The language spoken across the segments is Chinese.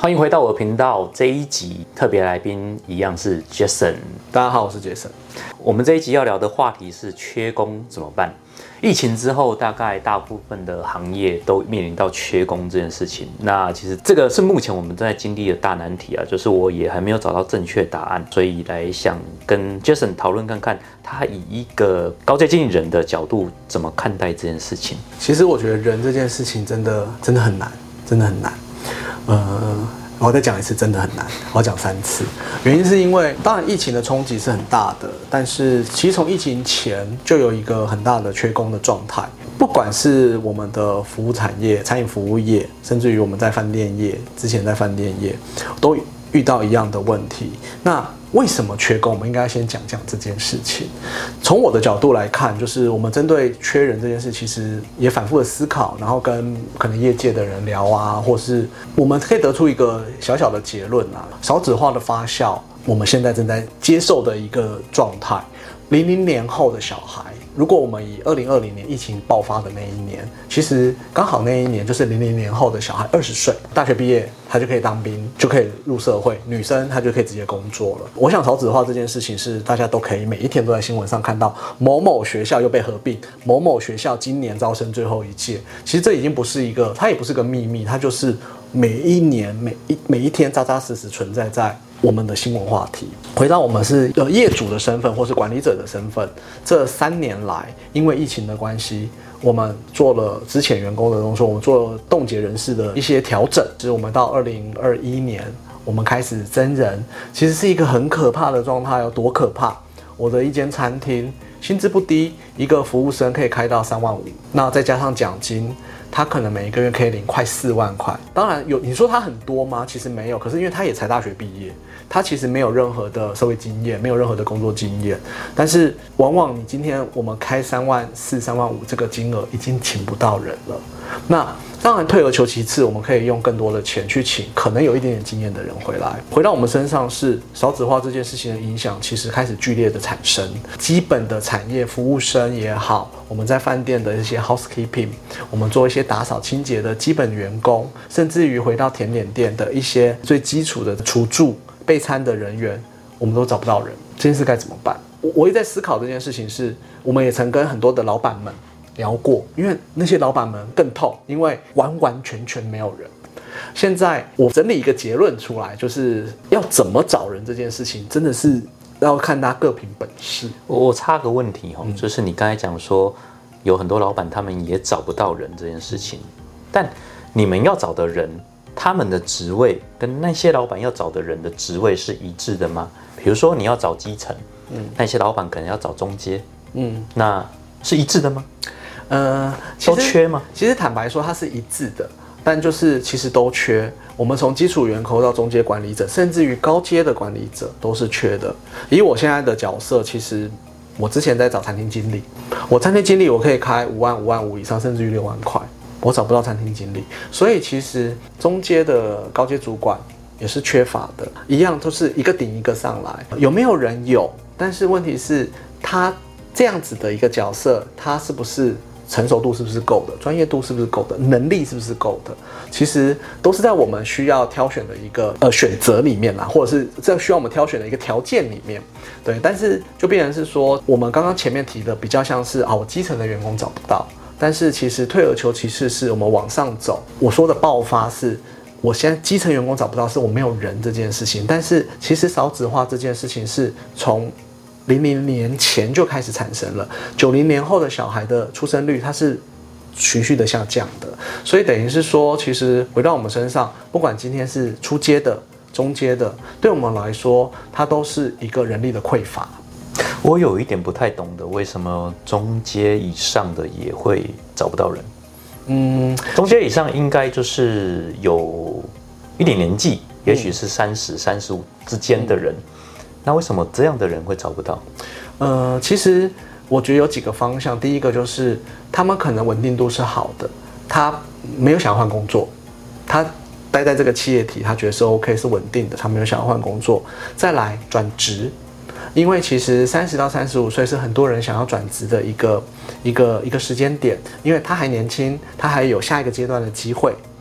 欢迎回到我的频道。这一集特别来宾一样是 Jason。 大家好，我是 Jason。 我们这一集要聊的话题是缺工怎么办？疫情之后，大概大部分的行业都面临到缺工这件事情。那其实这个是目前我们正在经历的大难题啊，就是我也还没有找到正确答案，所以来想跟 Jason 讨论看看，他以一个高阶经理人的角度怎么看待这件事情。 其实我觉得人这件事情真的很难，真的很难。我再讲一次，真的很难。我要讲3次，原因是因为当然疫情的冲击是很大的，但是其实从疫情前就有一个很大的缺工的状态。不管是我们的服务产业、餐饮服务业，甚至于我们在饭店业，之前在饭店业都遇到一样的问题。那为什么缺工？我们应该先讲讲这件事情。从我的角度来看，就是我们针对缺人这件事，其实也反复的思考，然后跟可能业界的人聊啊，或是我们可以得出一个小小的结论啊。少子化的发酵，我们现在正在接受的一个状态。00年后的小孩，如果我们以2020年疫情爆发的那一年，其实刚好那一年就是00年后的小孩20岁，大学毕业他就可以当兵，就可以入社会，女生她就可以直接工作了。我想少子化这件事情是大家都可以每一天都在新闻上看到，某某学校又被合并，某某学校今年招生最后一届。其实这已经不是一个，它也不是个秘密，它就是每一年每一天扎扎实实存在在我们的新闻话题。回到我们是业主的身份或是管理者的身份，这3年来因为疫情的关系，我们做了之前员工的东西，我们做了冻结人事的一些调整。就是我们到2021年，我们开始增人，其实是一个很可怕的状态。有多可怕？我的一间餐厅薪资不低，一个服务生可以开到3万5，那再加上奖金，他可能每一个月可以领快4万块。当然有，你说他很多吗？其实没有。可是因为他也才大学毕业，他其实没有任何的社会经验，没有任何的工作经验。但是往往你今天我们开3万4、3万5这个金额已经请不到人了。那当然退而求其次，我们可以用更多的钱去请可能有一点点经验的人回来。回到我们身上，是少子化这件事情的影响其实开始剧烈的产生。基本的产业服务生也好，我们在饭店的一些 housekeeping， 我们做一些打扫清洁的基本员工，甚至于回到甜点店的一些最基础的厨助备餐的人员，我们都找不到人。这件事该怎么办？我也在思考这件事情，是我们也曾跟很多的老板们聊过，因为那些老板们更痛，因为完完全全没有人。现在我整理一个结论出来，就是要怎么找人这件事情，真的是要看他各凭本事。 我插个问题就是你刚才讲说有很多老板他们也找不到人这件事情，但你们要找的人，他们的职位跟那些老板要找的人的职位是一致的吗？比如说你要找基层，那些老板可能要找中阶，那是一致的吗？都缺吗？其实坦白说，它是一致的，但就是其实都缺。我们从基础员工到中阶管理者，甚至于高阶的管理者都是缺的。以我现在的角色，其实我之前在找餐厅经理，我餐厅经理我可以开5万、5万5以上，甚至于6万块，我找不到餐厅经理。所以其实中阶的高阶主管也是缺乏的，一样都是一个顶一个上来。有没有人？有，但是问题是他这样子的一个角色，他是不是成熟度是不是够的，专业度是不是够的，能力是不是够的，其实都是在我们需要挑选的一个选择里面啦，或者是这需要我们挑选的一个条件里面。对，但是就变成是说，我们刚刚前面提的比较像是我基层的员工找不到，但是其实退而求其次是我们往上走。我说的爆发是我现在基层员工找不到，是我没有人这件事情。但是其实少子化这件事情是从00年前就开始产生了，90年后的小孩的出生率它是循序的下降的，所以等于是说，其实回到我们身上，不管今天是初阶的、中阶的，对我们来说，它都是一个人力的匮乏。 我有一点不太懂的，为什么中阶以上的也会找不到人？中阶以上应该就是有一点年纪，也许是30、35之间的人。那为什么这样的人会找不到？ 其实我觉得有几个方向。第一个就是他们可能稳定度是好的，他没有想要换工作，他待在这个企业体，他觉得是 OK 是稳定的，他没有想要换工作。再来转职，因为其实30到35岁是很多人想要转职的一个时间点，因为他还年轻，他还有下一个阶段的机会。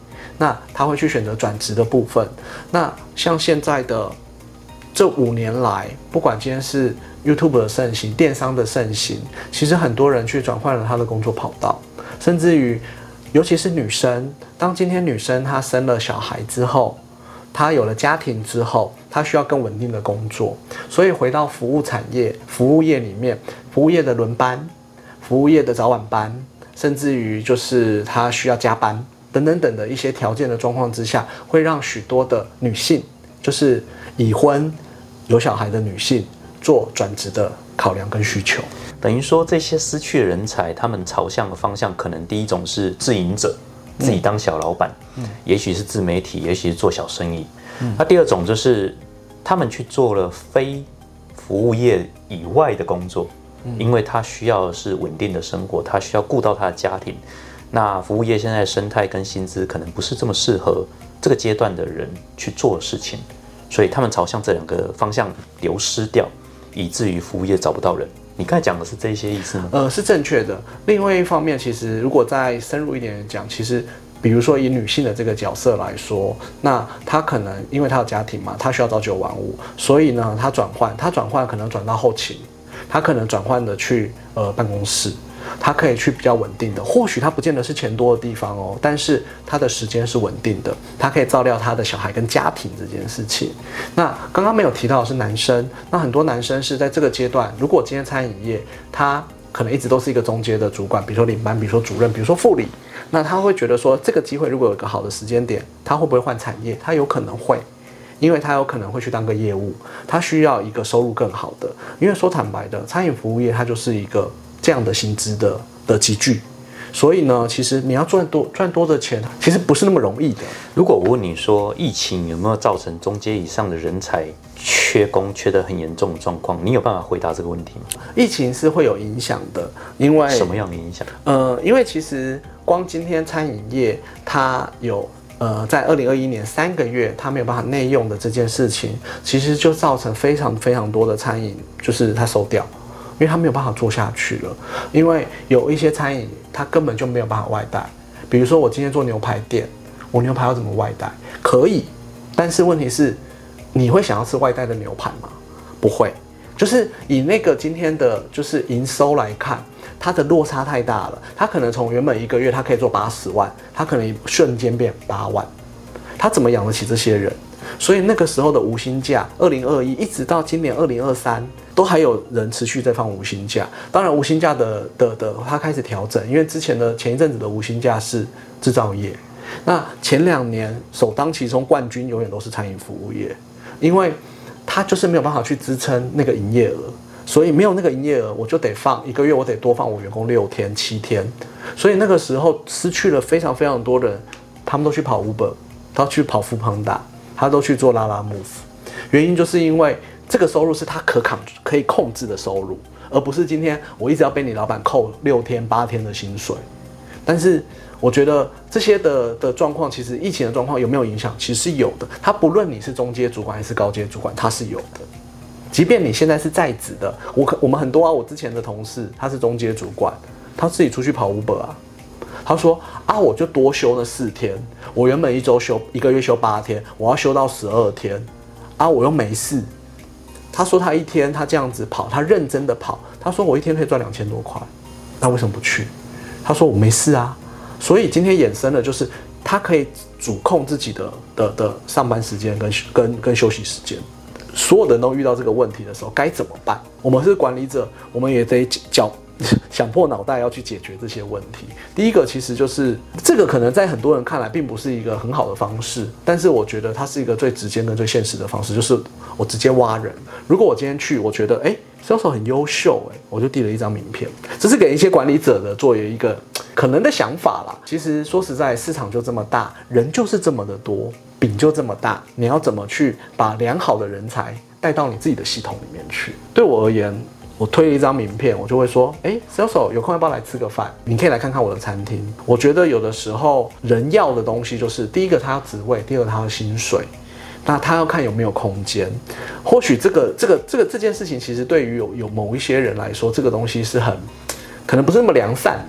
那他会去选择转职的部分。那像现在的这5年来，不管今天是 YouTube 的盛行，电商的盛行，其实很多人去转换了他的工作跑道，甚至于，尤其是女生，当今天女生她生了小孩之后，她有了家庭之后，她需要更稳定的工作，所以回到服务产业、服务业里面，服务业的轮班、服务业的早晚班，甚至于就是她需要加班等等等的一些条件的状况之下，会让许多的女性，就是已婚有小孩的女性做转职的考量跟需求。 等于说这些失去的人才，他们朝向的方向可能第一种是自营者，自己当小老板，也许是自媒体，也许是做小生意。那第二种就是他们去做了非服务业以外的工作，因为他需要的是稳定的生活，他需要顾到他的家庭。那服务业现在的生态跟薪资可能不是这么适合这个阶段的人去做的事情，所以他们朝向这2个方向流失掉，以至于服务业找不到人。你刚才讲的是这些意思吗？ 是正确的。另外一方面，其实如果再深入一点讲，其实比如说以女性的这个角色来说，那她可能因为她有家庭嘛，她需要朝9晚5，所以呢，她转换可能转到后勤，她可能转换的去办公室。他可以去比较稳定的，或许他不见得是钱多的地方哦，但是他的时间是稳定的，他可以照料他的小孩跟家庭这件事情。那刚刚没有提到的是男生，那很多男生是在这个阶段，如果今天餐饮业他可能一直都是一个中阶的主管，比如说领班，比如说主任，比如说副理，那他会觉得说这个机会如果有一个好的时间点，他会不会换产业？他有可能会。因为他有可能会去当个业务，他需要一个收入更好的。因为说坦白的，餐饮服务业它就是一个这样的薪资的集聚，所以呢，其实你要赚多的钱，其实不是那么容易的。 如果我问你说，疫情有没有造成中阶以上的人才缺工缺得很严重的状况，你有办法回答这个问题吗？ 疫情是会有影响的，因为什么样的影响？ 因为其实光今天餐饮业它有。在2021年3个月，它没有办法内用的这件事情，其实就造成非常非常多的餐饮，就是它收掉，因为它没有办法做下去了。因为有一些餐饮，它根本就没有办法外带。比如说，我今天做牛排店，我牛排要怎么外带？可以，但是问题是，你会想要吃外带的牛排吗？不会。就是以那个今天的就是营收来看，它的落差太大了。它可能从原本1个月它可以做80万，它可能瞬间变8万，它怎么养得起这些人？所以那个时候的无薪假，2021一直到今年2023，都还有人持续在放无薪假。当然，无薪假的它开始调整，因为前一阵子的无薪假是制造业，那前2年首当其冲冠军永远都是餐饮服务业，因为他就是没有办法去支撑那个营业额，所以没有那个营业额，我就得放1个月，我得多放我员工6天7天，所以那个时候失去了非常非常多人，他们都去跑 Uber， 都去跑 Foodpanda， 他都去做Lalamove，原因就是因为这个收入是他可以控制的收入，而不是今天我一直要被你老板扣6天8天的薪水。但是我觉得这些的状况，其实疫情的状况有没有影响？其实是有的。它不论你是中阶主管还是高阶主管，它是有的。即便你现在是在职的，我们很多我之前的同事他是中阶主管，他自己出去跑 Uber 啊。他说我就多休了4天，我原本1个月休8天，我要休到12天，我又没事。他说他一天他这样子跑，他认真的跑，他说我一天可以赚2000多块，那为什么不去？他说我没事啊。所以今天衍生的就是他可以主控自己的上班时间跟休息时间。所有人都遇到这个问题的时候该怎么办？我们是管理者，我们也得想破脑袋要去解决这些问题。第一个其实就是这个可能在很多人看来并不是一个很好的方式，但是我觉得它是一个最直接跟最现实的方式，就是我直接挖人。如果我今天去，我觉得销售很优秀，我就递了一张名片，这是给一些管理者的作为一个可能的想法啦。其实说实在，市场就这么大，人就是这么的多，饼就这么大，你要怎么去把良好的人才带到你自己的系统里面去？对我而言，我推了一张名片，我就会说，销售有空要不要来吃个饭？你可以来看看我的餐厅。我觉得有的时候人要的东西就是第一个他要职位，第二个他要薪水。那他要看有没有空间，或许这件事情，其实对于有某一些人来说，这个东西是可能不是那么良善的。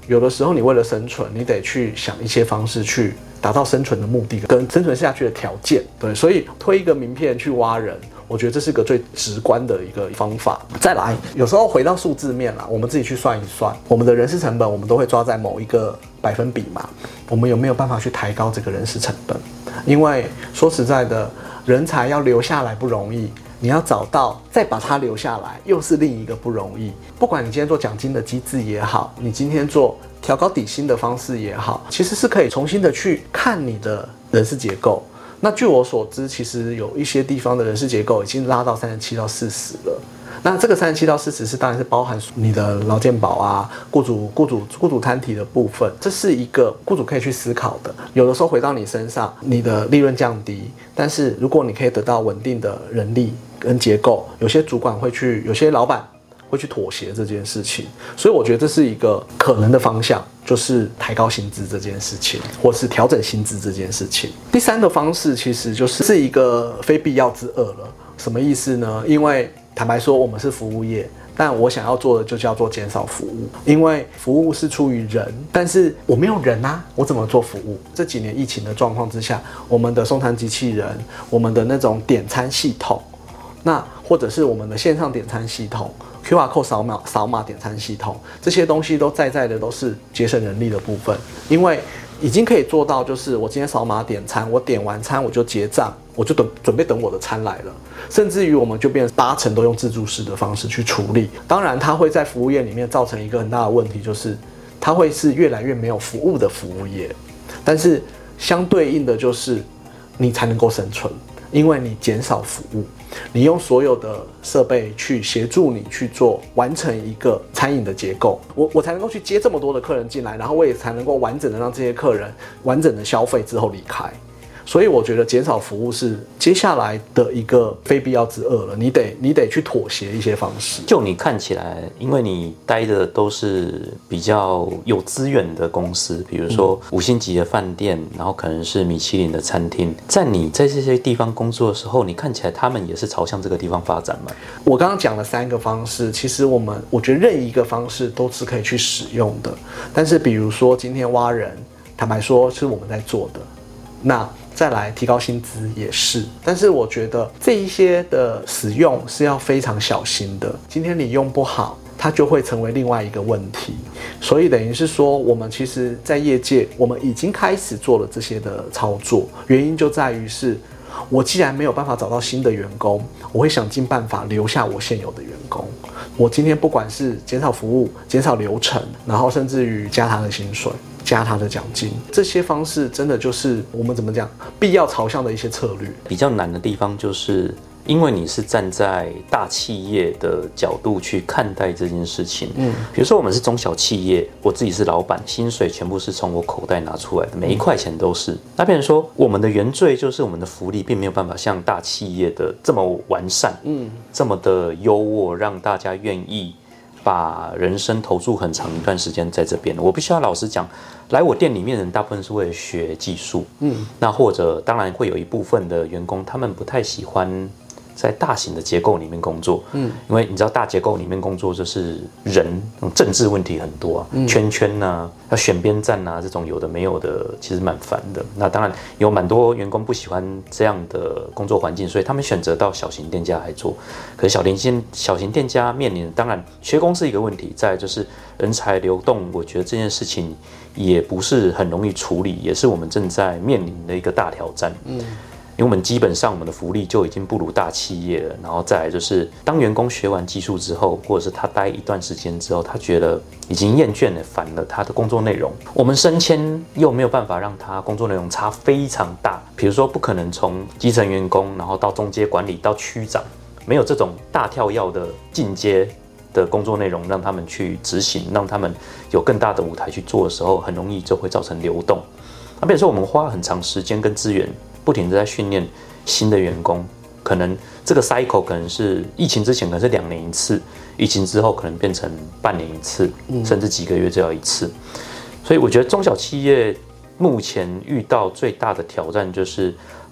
有的时候你为了生存，你得去想一些方式去达到生存的目的跟生存下去的条件。对，所以推一个名片去挖人，我觉得这是个最直观的一个方法。再来，有时候回到数字面啦，我们自己去算一算，我们的人事成本我们都会抓在某一个百分比嘛，我们有没有办法去抬高这个人事成本？因为说实在的，人才要留下来不容易，你要找到再把它留下来又是另一个不容易。不管你今天做奖金的机制也好，你今天做调高底薪的方式也好，其实是可以重新的去看你的人事结构。那据我所知，其实有一些地方的人事结构已经拉到37到40了。那这个37到40是当然是包含你的劳健保啊、雇主摊提的部分，这是一个雇主可以去思考的。有的时候回到你身上，你的利润降低，但是如果你可以得到稳定的人力跟结构，有些主管会去，有些老板会去妥协这件事情，所以我觉得这是一个可能的方向，就是抬高薪资这件事情，或是调整薪资这件事情。第三个方式其实就是一个非必要之恶了。什么意思呢？因为坦白说，我们是服务业，但我想要做的就叫做减少服务，因为服务是出于人，但是我没有人啊，我怎么做服务？这几年疫情的状况之下，我们的送餐机器人，我们的那种点餐系统，那或者是我们的线上点餐系统 ，QR code 扫码点餐系统，这些东西都在的都是节省人力的部分，因为已经可以做到，就是我今天扫码点餐，我点完餐我就结账，我就准备等我的餐来了。甚至于我们就变成80%都用自助式的方式去处理。当然，它会在服务业里面造成一个很大的问题，就是它会是越来越没有服务的服务业。但是相对应的就是你才能够生存，因为你减少服务，你用所有的设备去协助你去做完成一个餐饮的结构，我才能够去接这么多的客人进来，然后我也才能够完整的让这些客人完整的消费之后离开。所以我觉得减少服务是接下来的一个非必要之恶了，你得去妥协一些方式。 就你看起来，因为你待的都是比较有资源的公司，比如说5星级的饭店，然后可能是米其林的餐厅，在你在这些地方工作的时候，你看起来他们也是朝向这个地方发展吗？ 我刚刚讲了3个方式，其实我觉得任意一个方式都是可以去使用的。但是比如说今天挖人，坦白说是我们在做的，那再来提高薪资也是，但是我觉得这一些的使用是要非常小心的。今天你用不好，它就会成为另外一个问题。所以等于是说，我们其实在业界，我们已经开始做了这些的操作，原因就在于是，我既然没有办法找到新的员工，我会想尽办法留下我现有的员工。我今天不管是减少服务、减少流程，然后甚至于加他的薪水、加他的奖金，这些方式真的就是我们怎么讲必要朝向的一些策略。 比较难的地方就是因为你是站在大企业的角度去看待这件事情，比如说我们是中小企业，我自己是老板，薪水全部是从我口袋拿出来的，每一块钱都是。那变成说我们的原罪就是我们的福利并没有办法像大企业的这么完善，这么的优渥，让大家愿意把人生投注很长一段时间在这边。我必须要老实讲，来我店里面的人大部分是为了学技术，那或者当然会有一部分的员工他们不太喜欢在大型的结构里面工作，因为你知道大结构里面工作就是人政治问题很多啊，圈圈啊，要选边站啊，这种有的没有的，其实蛮烦的。那当然有蛮多员工不喜欢这样的工作环境，所以他们选择到小型店家来做。可是小型店家面临，当然缺工是一个问题，再来就是人才流动，我觉得这件事情也不是很容易处理，也是我们正在面临的一个大挑战。因为我们基本上我们的福利就已经不如大企业了，然后再来就是当员工学完技术之后，或者是他待一段时间之后，他觉得已经厌倦了，烦了他的工作内容，我们升迁又没有办法让他工作内容差非常大，比如说不可能从基层员工然后到中阶管理到区长，没有这种大跳跃的进阶的工作内容让他们去执行，让他们有更大的舞台去做的时候，很容易就会造成流动。那比如说我们花很长时间跟资源不停地在训练新的员工，可能这个 cycle 可能是疫情之前可能是2年一次，疫情之后可能变成半年一次，甚至几个月就要一次。所以我觉得中小企业目前遇到最大的挑战就是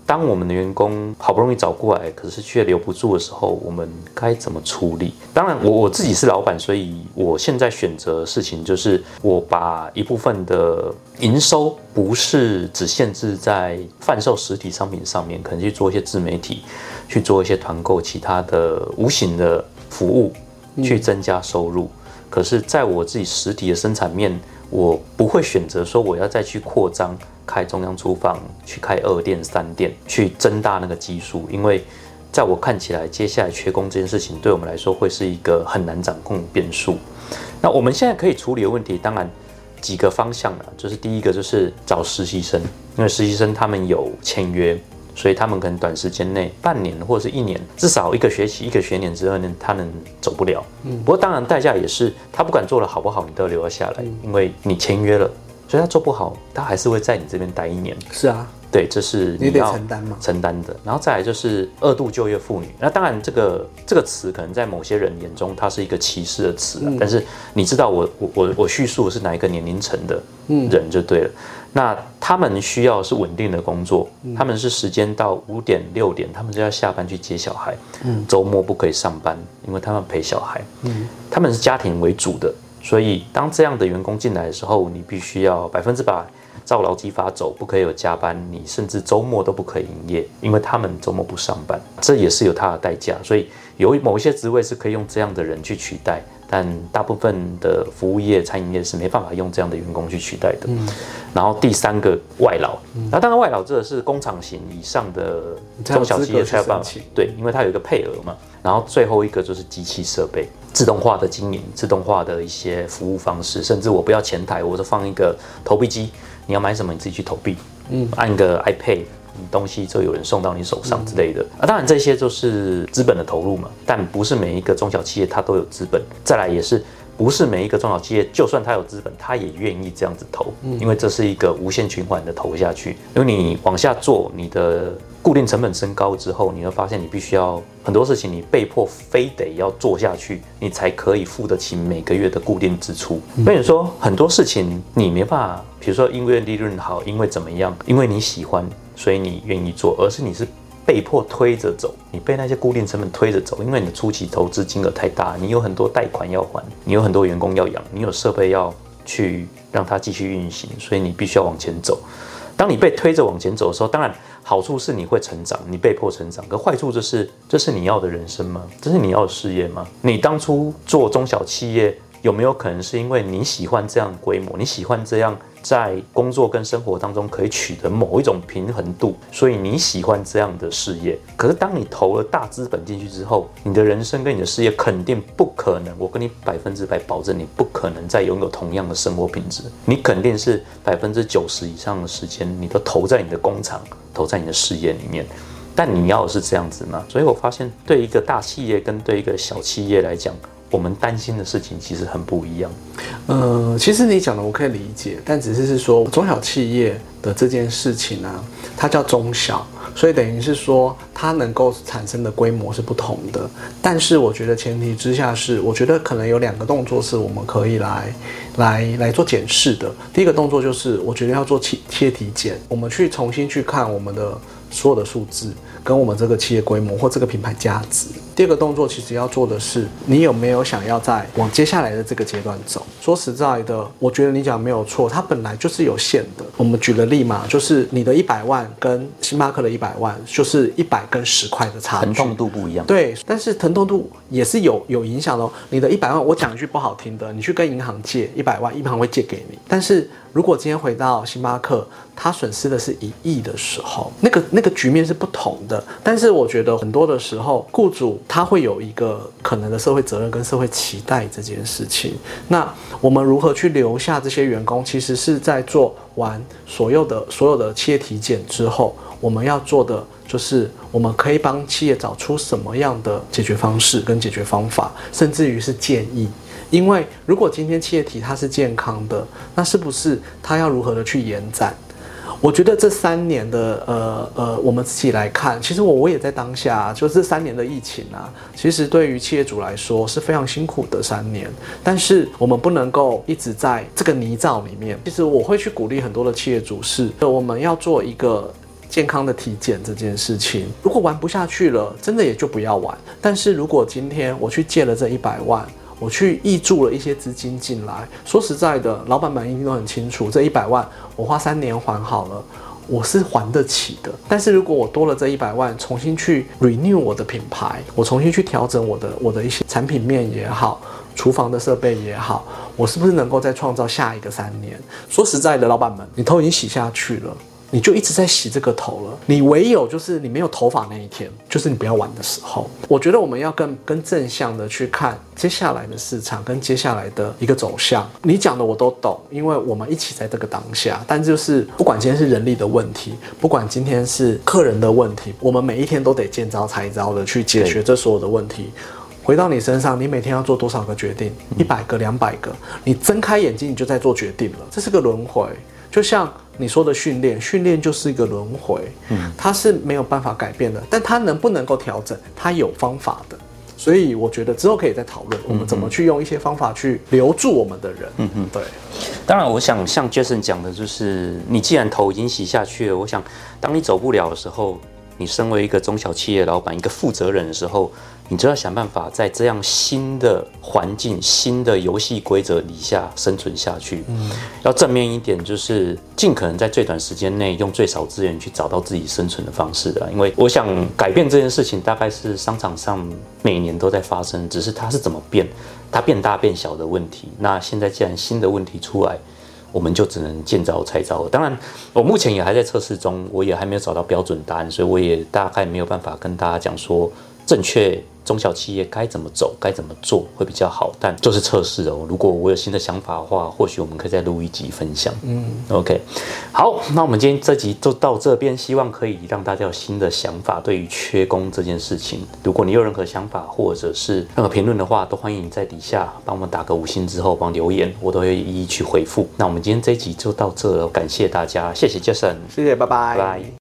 当我们的员工好不容易找过来，可是却留不住的时候，我们该怎么处理？当然我自己是老板，所以我现在选择的事情就是我把一部分的营收不是只限制在贩售实体商品上面，可能去做一些自媒体，去做一些团购，其他的无形的服务，去增加收入。可是在我自己实体的生产面，我不会选择说我要再去扩张，开中央厨房，去开2店、3店，去增大那个基数，因为在我看起来，接下来缺工这件事情对我们来说会是一个很难掌控的变数。那我们现在可以处理的问题，当然几个方向啦，就是第一个就是找实习生，因为实习生他们有签约，所以他们可能短时间内半年或者是1年，至少1个学期、1个学年之后呢，他能走不了。不过当然代价也是，他不管做得好不好，你都要留他下来，因为你签约了，所以他做不好，他还是会在你这边待1年。 是啊， 对，这是你要承担的。然后再来就是2度就业妇女，那当然这个词可能在某些人眼中它是一个歧视的词啦，但是你知道我叙述的是哪一个年龄层的人就对了。那他们需要是稳定的工作，他们是时间到5点6点，他们就要下班去接小孩，周末不可以上班，因为他们陪小孩，他们是家庭为主的，所以当这样的员工进来的时候，你必须要100%照劳基法走，不可以有加班，你甚至周末都不可以营业，因为他们周末不上班，这也是有它的代价。所以有某一些职位是可以用这样的人去取代，但大部分的服务业、餐饮业是没办法用这样的员工去取代的。然后第3个外劳，那当然外劳这是工厂型以上的中小企业才有办法，对，因为它有一个配额嘛。然后最后一个就是机器设备，自动化的经营、自动化的一些服务方式，甚至我不要前台，我就放一个投币机。你要买什么，你自己去投币，按个 iPad， 东西就有人送到你手上之类的。当然这些就是资本的投入嘛，但不是每一个中小企业它都有资本。再来也是不是每一个中小企业，就算它有资本，它也愿意这样子投，因为这是一个无限循环的投下去。因为你往下做，你的固定成本升高之后，你会发现你必须要很多事情，你被迫非得要做下去，你才可以付得起每个月的固定支出。所以说很多事情你没办法，比如说因为利润好，因为怎么样，因为你喜欢，所以你愿意做，而是你是被迫推着走，你被那些固定成本推着走，因为你的初期投资金额太大，你有很多贷款要还，你有很多员工要养，你有设备要去让它继续运行，所以你必须要往前走。当你被推着往前走的时候，当然好处是你会成长，你被迫成长，可坏处就是这是你要的人生吗？这是你要的事业吗？你当初做中小企业，有没有可能是因为你喜欢这样的规模，你喜欢这样在工作跟生活当中可以取得某一种平衡度，所以你喜欢这样的事业。可是当你投了大资本进去之后，你的人生跟你的事业肯定不可能，我跟你100%保证，你不可能再拥有同样的生活品质。你肯定是90%以上的时间，你都投在你的工厂，投在你的事业里面。但你要的是这样子吗？所以我发现，对一个大企业跟对一个小企业来讲，我们担心的事情其实很不一样。 其实你讲的我可以理解，但只是说中小企业的这件事情啊，它叫中小，所以等于是说它能够产生的规模是不同的。但是我觉得前提之下是，我觉得可能有2个动作是我们可以来做检视的。第一个动作就是，我觉得要做企业体检，我们去重新去看我们的所有的数字跟我们这个企业规模或这个品牌价值。第二个动作其实要做的是，你有没有想要再往接下来的这个阶段走。说实在的，我觉得你讲没有错，它本来就是有限的。我们举个例嘛，就是你的100万跟星巴克的100万，就是100跟10块的差距， 疼痛度不一样。 对，但是疼痛度也是有影响的哦。你的100万，我讲一句不好听的，你去跟银行借100万，银行会借给你。但是如果今天回到星巴克，它损失的是1亿的时候，那个局面是不同的。但是我觉得很多的时候，雇主他会有一个可能的社会责任跟社会期待这件事情。那我们如何去留下这些员工，其实是在做完所有的企业体检之后，我们要做的就是我们可以帮企业找出什么样的解决方式跟解决方法，甚至于是建议。因为如果今天企业体它是健康的，那是不是它要如何的去延展？我觉得这3年的我们自己来看，其实我也在当下，就是这3年的疫情啊，其实对于企业主来说是非常辛苦的3年。但是我们不能够一直在这个泥沼里面。其实我会去鼓励很多的企业主是，我们要做一个健康的体检这件事情，如果玩不下去了，真的也就不要玩。但是如果今天我去借了这100万，我去挹注了一些资金进来，说实在的，老板们一定都很清楚，这100万我花3年还好了，我是还得起的。但是如果我多了这100万，重新去 renew 我的品牌，我重新去调整我的一些产品面也好，厨房的设备也好，我是不是能够再创造下一个3年？说实在的，老板们，你头已经洗下去了，你就一直在洗这个头了。你唯有就是你没有头发那一天，就是你不要玩的时候。我觉得我们要更正向的去看接下来的市场跟接下来的一个走向。你讲的我都懂，因为我们一起在这个当下。但就是不管今天是人力的问题，不管今天是客人的问题，我们每一天都得见招拆招的去解决这所有的问题。回到你身上，你每天要做多少个决定？100个、200个，你睁开眼睛你就在做决定了，这是个轮回。就像你说的训练就是一个轮回，它是没有办法改变的，但它能不能够调整，它有方法的。所以我觉得之后可以再讨论，我们怎么去用一些方法去留住我们的人。对。 当然，我想像 Jason 讲的，就是你既然头已经洗下去了，我想当你走不了的时候，你身为一个中小企业老板，一个负责人的时候，你就要想办法在这样新的环境、新的游戏规则底下生存下去。要正面一点，就是尽可能在最短时间内用最少资源去找到自己生存的方式啦。因为我想改变这件事情，大概是商场上每年都在发生，只是它是怎么变，它变大变小的问题。那现在既然新的问题出来，我们就只能见招拆招了。当然，我目前也还在测试中，我也还没有找到标准答案，所以我也大概没有办法跟大家讲说正确中小企业该怎么走、该怎么做会比较好。但就是测试哦，如果我有新的想法的话，或许我们可以再录一集分享。OK， 好，那我们今天这集就到这边，希望可以让大家有新的想法对于缺工这件事情。如果你有任何想法或者是任何评论的话，都欢迎你在底下帮我们打个5星之后帮留言，我都会一一去回复。那我们今天这一集就到这了，感谢大家，谢谢 Jason， 谢谢，拜拜。 拜拜。